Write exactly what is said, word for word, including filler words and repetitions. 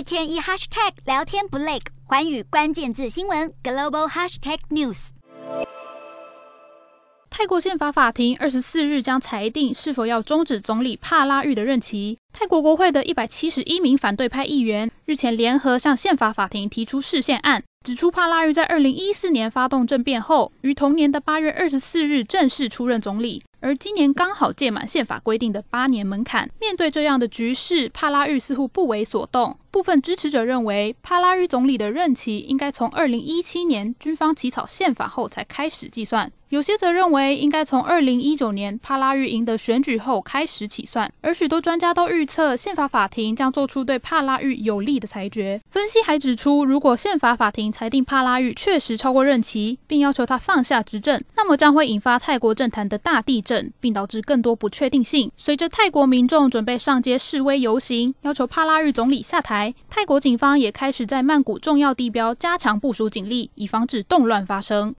天一 hashtag 聊天不累，寰宇关键字新闻 global hashtag news。 泰国宪法法庭二十四日将裁定是否要终止总理帕拉育的任期。泰国国会的一百七十一名反对派议员日前联合向宪法法庭提出释宪案，指出帕拉育在二零一四年发动政变后，于同年的八月二十四日正式出任总理，而今年刚好届满宪法规定的八年门槛。面对这样的局势，帕拉育似乎不为所动。部分支持者认为，帕拉育总理的任期应该从二零一七年军方起草宪法后才开始计算，有些则认为应该从二零一九年帕拉育赢得选举后开始起算。而许多专家都预测，宪法法庭将做出对帕拉育有利的裁决。分析还指出，如果宪法法庭裁定帕拉育确实超过任期，并要求他放下执政，那么将会引发泰国政坛的大地震，并导致更多不确定性。随着泰国民众准备上街示威游行，要求帕拉育总理下台，泰国警方也开始在曼谷重要地标加强部署警力，以防止动乱发生。